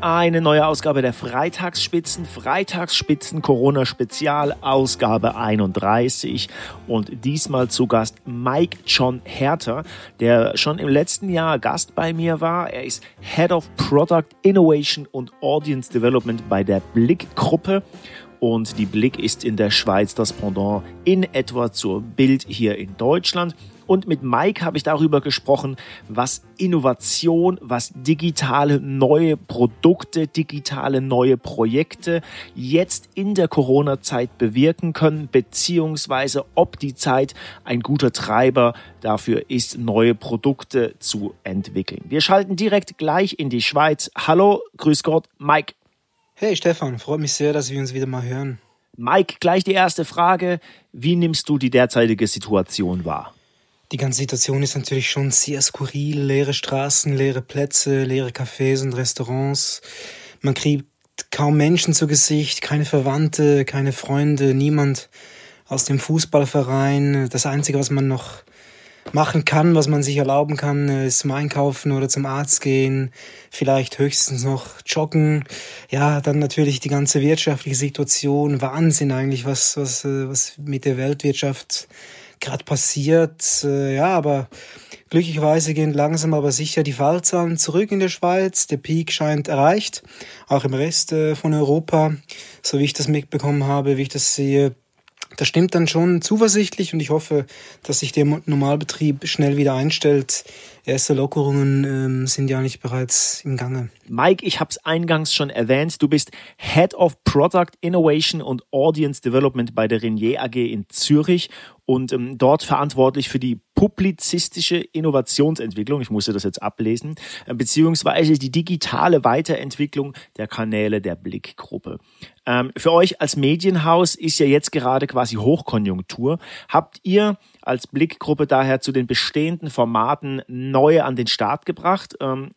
eine neue Ausgabe der Freitagsspitzen, Corona-Spezial, Ausgabe 31 und diesmal zu Gast Mike John Herter, der schon im letzten Jahr Gast bei mir war. Er ist Head of Product Innovation und Audience Development bei der Blick-Gruppe. Und die Blick ist in der Schweiz das Pendant in etwa zur Bild hier in Deutschland. Und mit Mike habe ich darüber gesprochen, was Innovation, was digitale neue Produkte, digitale neue Projekte jetzt in der Corona-Zeit bewirken können, beziehungsweise ob die Zeit ein guter Treiber dafür ist, neue Produkte zu entwickeln. Wir schalten direkt gleich in die Schweiz. Hallo, grüß Gott, Mike. Hey Stefan, freut mich sehr, dass wir uns wieder mal hören. Mike, gleich die erste Frage. Wie nimmst du die derzeitige Situation wahr? Die ganze Situation ist natürlich schon sehr skurril. Leere Straßen, leere Plätze, leere Cafés und Restaurants. Man kriegt kaum Menschen zu Gesicht, keine Verwandte, keine Freunde, niemand aus dem Fußballverein. Das Einzige, was man noch machen kann, was man sich erlauben kann, ist zum Einkaufen oder zum Arzt gehen, vielleicht höchstens noch joggen. Ja, dann natürlich die ganze wirtschaftliche Situation, Wahnsinn eigentlich, was mit der Weltwirtschaft gerade passiert. Ja, aber glücklicherweise gehen langsam aber sicher die Fallzahlen zurück in der Schweiz. Der Peak scheint erreicht, auch im Rest von Europa, so wie ich das mitbekommen habe, wie ich das sehe. Das stimmt dann schon zuversichtlich und ich hoffe, dass sich der Normalbetrieb schnell wieder einstellt. Erste Lockerungen sind ja nicht bereits im Gange. Mike, ich habe es eingangs schon erwähnt, du bist Head of Product Innovation und Audience Development bei der Ringier AG in Zürich und dort verantwortlich für die publizistische Innovationsentwicklung, ich musste das jetzt ablesen, beziehungsweise die digitale Weiterentwicklung der Kanäle der Blick-Gruppe. Für euch als Medienhaus ist ja jetzt gerade quasi Hochkonjunktur. Habt ihr als Blick-Gruppe daher zu den bestehenden Formaten neue an den Start gebracht?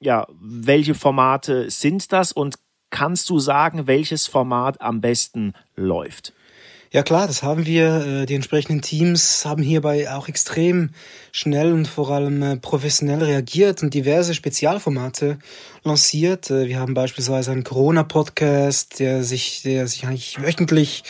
Welche Formate sind das und kannst du sagen, welches Format am besten läuft? Ja klar, das haben wir. Die entsprechenden Teams haben hierbei auch extrem schnell und vor allem professionell reagiert und diverse Spezialformate lanciert. Wir haben beispielsweise einen Corona-Podcast, der sich eigentlich wöchentlich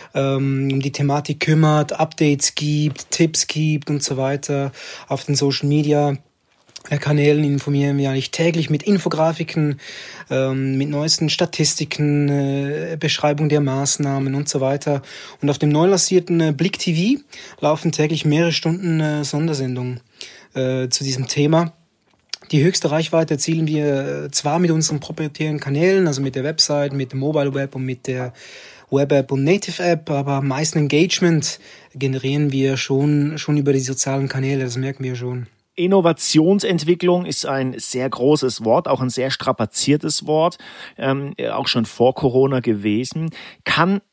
um die Thematik kümmert, Updates gibt, Tipps gibt und so weiter. Auf den Social Media Kanälen informieren wir eigentlich täglich mit Infografiken, mit neuesten Statistiken, Beschreibung der Maßnahmen und so weiter. Und auf dem neu lancierten Blick TV laufen täglich mehrere Stunden Sondersendungen zu diesem Thema. Die höchste Reichweite erzielen wir zwar mit unseren proprietären Kanälen, also mit der Website, mit dem Mobile Web und mit der Web-App und Native-App, aber am meisten Engagement generieren wir schon über die sozialen Kanäle, das merken wir schon. Innovationsentwicklung ist ein sehr großes Wort, auch ein sehr strapaziertes Wort, auch schon vor Corona gewesen. Kann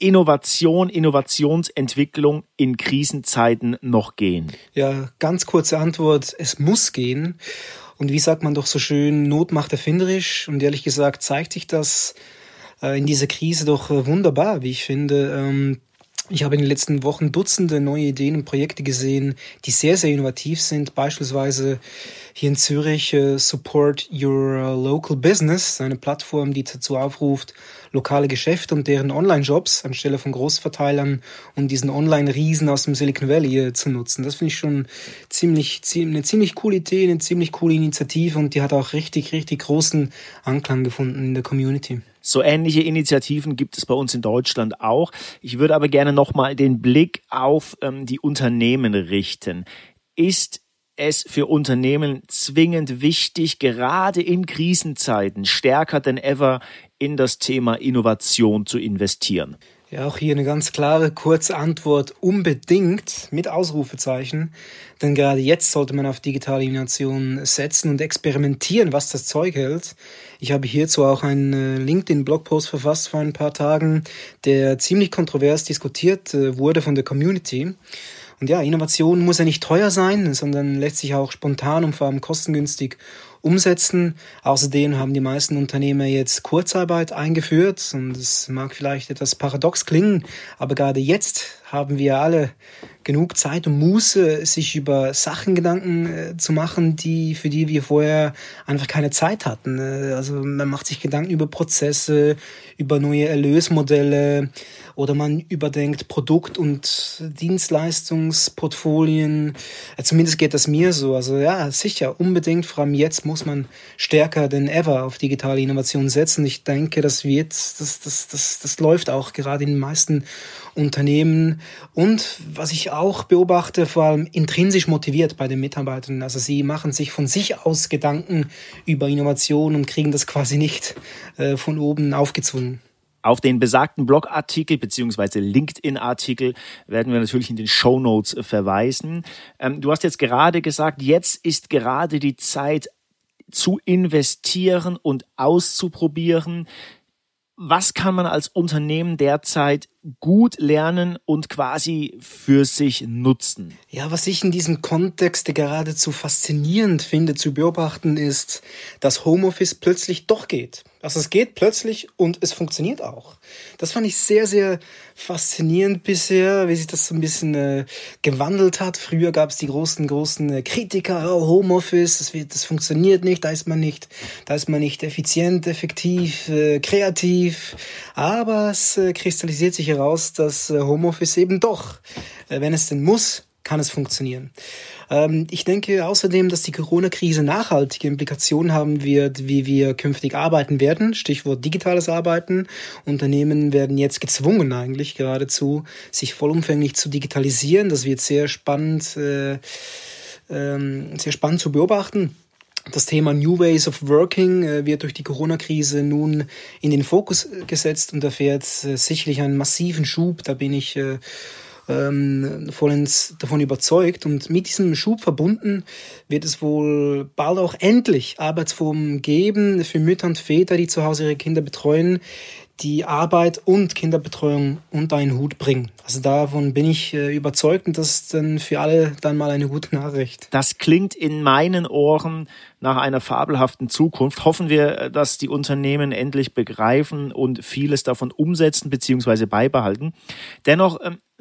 Innovationsentwicklung in Krisenzeiten noch gehen? Ja, ganz kurze Antwort, es muss gehen. Und wie sagt man doch so schön, Not macht erfinderisch. Und ehrlich gesagt zeigt sich das in dieser Krise doch wunderbar, wie ich finde. Ich habe in den letzten Wochen Dutzende neue Ideen und Projekte gesehen, die sehr, sehr innovativ sind. Beispielsweise hier in Zürich Support Your Local Business, eine Plattform, die dazu aufruft, lokale Geschäfte und deren Online-Shops anstelle von Großverteilern und diesen Online-Riesen aus dem Silicon Valley zu nutzen. Das finde ich schon eine ziemlich coole Idee, eine ziemlich coole Initiative und die hat auch richtig, richtig großen Anklang gefunden in der Community. So ähnliche Initiativen gibt es bei uns in Deutschland auch. Ich würde aber gerne nochmal den Blick auf die Unternehmen richten. Ist es für Unternehmen zwingend wichtig, gerade in Krisenzeiten stärker denn ever in das Thema Innovation zu investieren? Ja, auch hier eine ganz klare, kurze Antwort, unbedingt mit Ausrufezeichen. Denn gerade jetzt sollte man auf digitale Innovation setzen und experimentieren, was das Zeug hält. Ich habe hierzu auch einen LinkedIn-Blogpost verfasst vor ein paar Tagen, der ziemlich kontrovers diskutiert wurde von der Community. Und ja, Innovation muss ja nicht teuer sein, sondern lässt sich auch spontan und vor allem kostengünstig umsetzen. Außerdem haben die meisten Unternehmer jetzt Kurzarbeit eingeführt und es mag vielleicht etwas paradox klingen, aber gerade jetzt haben wir alle genug Zeit und Muße, sich über Sachen Gedanken zu machen, für die wir vorher einfach keine Zeit hatten. Also man macht sich Gedanken über Prozesse, über neue Erlösmodelle oder man überdenkt Produkt- und Dienstleistungsportfolien. Zumindest geht das mir so. Also ja, sicher, unbedingt. Vor allem jetzt muss man stärker denn ever auf digitale Innovation setzen. Ich denke, das läuft auch gerade in den meisten Unternehmen. Und was ich auch beobachte, vor allem intrinsisch motiviert bei den Mitarbeitern. Also sie machen sich von sich aus Gedanken über Innovation und kriegen das quasi nicht von oben aufgezwungen. Auf den besagten Blogartikel bzw. LinkedIn-Artikel werden wir natürlich in den Shownotes verweisen. Du hast jetzt gerade gesagt, jetzt ist gerade die Zeit zu investieren und auszuprobieren. Was kann man als Unternehmen derzeit gut lernen und quasi für sich nutzen? Ja, was ich in diesem Kontext geradezu faszinierend finde zu beobachten, ist, dass Homeoffice plötzlich doch geht. Also es geht plötzlich und es funktioniert auch. Das fand ich sehr, sehr faszinierend bisher, wie sich das so ein bisschen gewandelt hat. Früher gab es die großen Kritiker, oh, Homeoffice, das funktioniert nicht, da ist man nicht effizient, effektiv, kreativ. Aber es kristallisiert sich heraus, dass Homeoffice eben doch, wenn es denn muss, kann es funktionieren. Ich denke außerdem, dass die Corona-Krise nachhaltige Implikationen haben wird, wie wir künftig arbeiten werden. Stichwort digitales Arbeiten. Unternehmen werden jetzt gezwungen eigentlich geradezu, sich vollumfänglich zu digitalisieren. Das wird sehr spannend zu beobachten. Das Thema New Ways of Working wird durch die Corona-Krise nun in den Fokus gesetzt und erfährt sicherlich einen massiven Schub. Da bin ich vollends davon überzeugt. Und mit diesem Schub verbunden wird es wohl bald auch endlich Arbeitsformen geben für Mütter und Väter, die zu Hause ihre Kinder betreuen, die Arbeit und Kinderbetreuung unter einen Hut bringen. Also davon bin ich überzeugt und das ist dann für alle dann mal eine gute Nachricht. Das klingt in meinen Ohren nach einer fabelhaften Zukunft. Hoffen wir, dass die Unternehmen endlich begreifen und vieles davon umsetzen bzw. beibehalten. Dennoch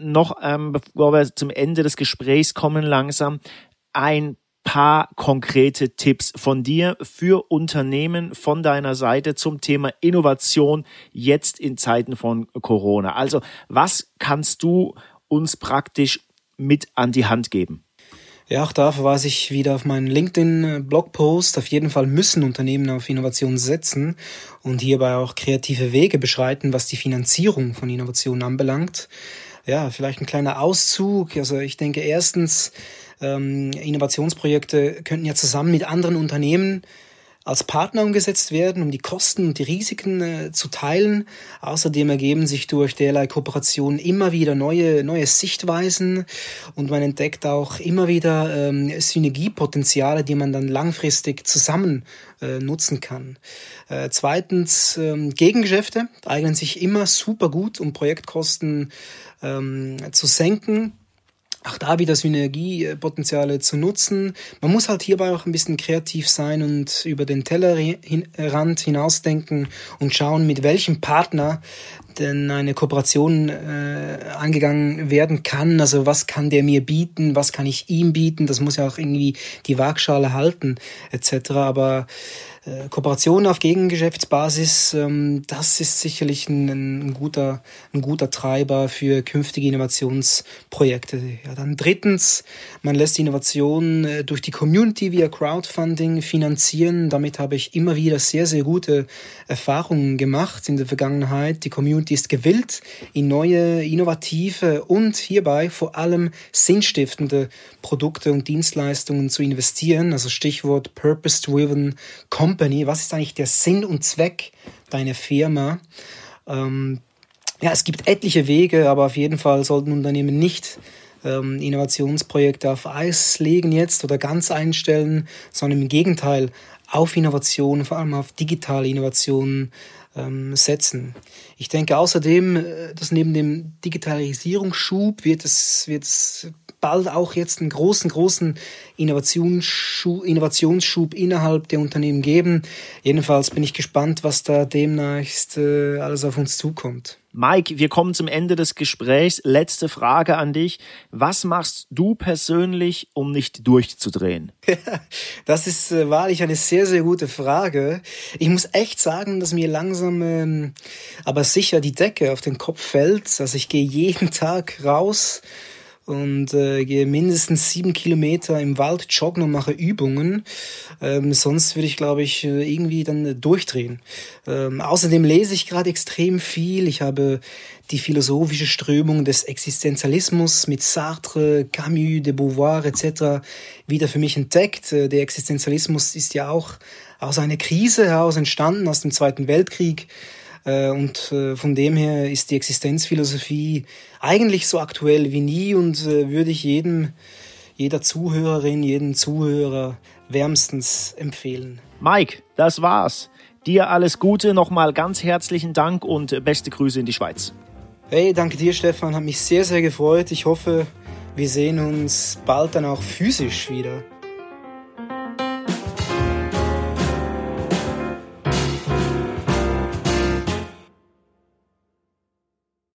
bevor wir zum Ende des Gesprächs kommen langsam, ein paar konkrete Tipps von dir für Unternehmen von deiner Seite zum Thema Innovation jetzt in Zeiten von Corona. Also was kannst du uns praktisch mit an die Hand geben? Ja, auch da verweise ich wieder auf meinen LinkedIn-Blogpost. Auf jeden Fall müssen Unternehmen auf Innovation setzen und hierbei auch kreative Wege beschreiten, was die Finanzierung von Innovationen anbelangt. Ja, vielleicht ein kleiner Auszug. Also ich denke erstens, Innovationsprojekte könnten ja zusammen mit anderen Unternehmen als Partner umgesetzt werden, um die Kosten und die Risiken zu teilen. Außerdem ergeben sich durch derlei Kooperationen immer wieder neue Sichtweisen und man entdeckt auch immer wieder Synergiepotenziale, die man dann langfristig zusammen nutzen kann. Zweitens, Gegengeschäfte eignen sich immer super gut, um Projektkosten zu senken. Auch da wieder Synergiepotenziale zu nutzen. Man muss halt hierbei auch ein bisschen kreativ sein und über den Tellerrand hinausdenken und schauen, mit welchem Partner denn eine Kooperation angegangen werden kann. Also was kann der mir bieten, was kann ich ihm bieten? Das muss ja auch irgendwie die Waagschale halten etc. Aber Kooperation auf Gegengeschäftsbasis, das ist sicherlich ein guter Treiber für künftige Innovationsprojekte. Ja, dann drittens, man lässt Innovationen durch die Community via Crowdfunding finanzieren. Damit habe ich immer wieder sehr, sehr gute Erfahrungen gemacht in der Vergangenheit. Die Community ist gewillt, in neue, innovative und hierbei vor allem sinnstiftende Produkte und Dienstleistungen zu investieren. Also Stichwort Purpose-Driven Company. Was ist eigentlich der Sinn und Zweck deiner Firma? Es gibt etliche Wege, aber auf jeden Fall sollten Unternehmen nicht Innovationsprojekte auf Eis legen jetzt oder ganz einstellen, sondern im Gegenteil auf Innovation, vor allem auf digitale Innovationen setzen. Ich denke außerdem, dass neben dem Digitalisierungsschub wird es bald auch jetzt einen großen Innovationsschub innerhalb der Unternehmen geben. Jedenfalls bin ich gespannt, was da demnächst alles auf uns zukommt. Mike, wir kommen zum Ende des Gesprächs. Letzte Frage an dich. Was machst du persönlich, um nicht durchzudrehen? Das ist wahrlich eine sehr, sehr gute Frage. Ich muss echt sagen, dass mir langsam, aber sicher die Decke auf den Kopf fällt. Also ich gehe jeden Tag raus und gehe mindestens 7 Kilometer im Wald joggen und mache Übungen. Sonst würde ich, glaube ich, irgendwie dann durchdrehen. Außerdem lese ich gerade extrem viel. Ich habe die philosophische Strömung des Existenzialismus mit Sartre, Camus, de Beauvoir etc. wieder für mich entdeckt. Der Existenzialismus ist ja auch aus einer Krise heraus entstanden, aus dem Zweiten Weltkrieg. Und von dem her ist die Existenzphilosophie eigentlich so aktuell wie nie und würde ich jeder Zuhörerin, jedem Zuhörer wärmstens empfehlen. Mike, das war's. Dir alles Gute, nochmal ganz herzlichen Dank und beste Grüße in die Schweiz. Hey, danke dir, Stefan, hat mich sehr, sehr gefreut. Ich hoffe, wir sehen uns bald dann auch physisch wieder.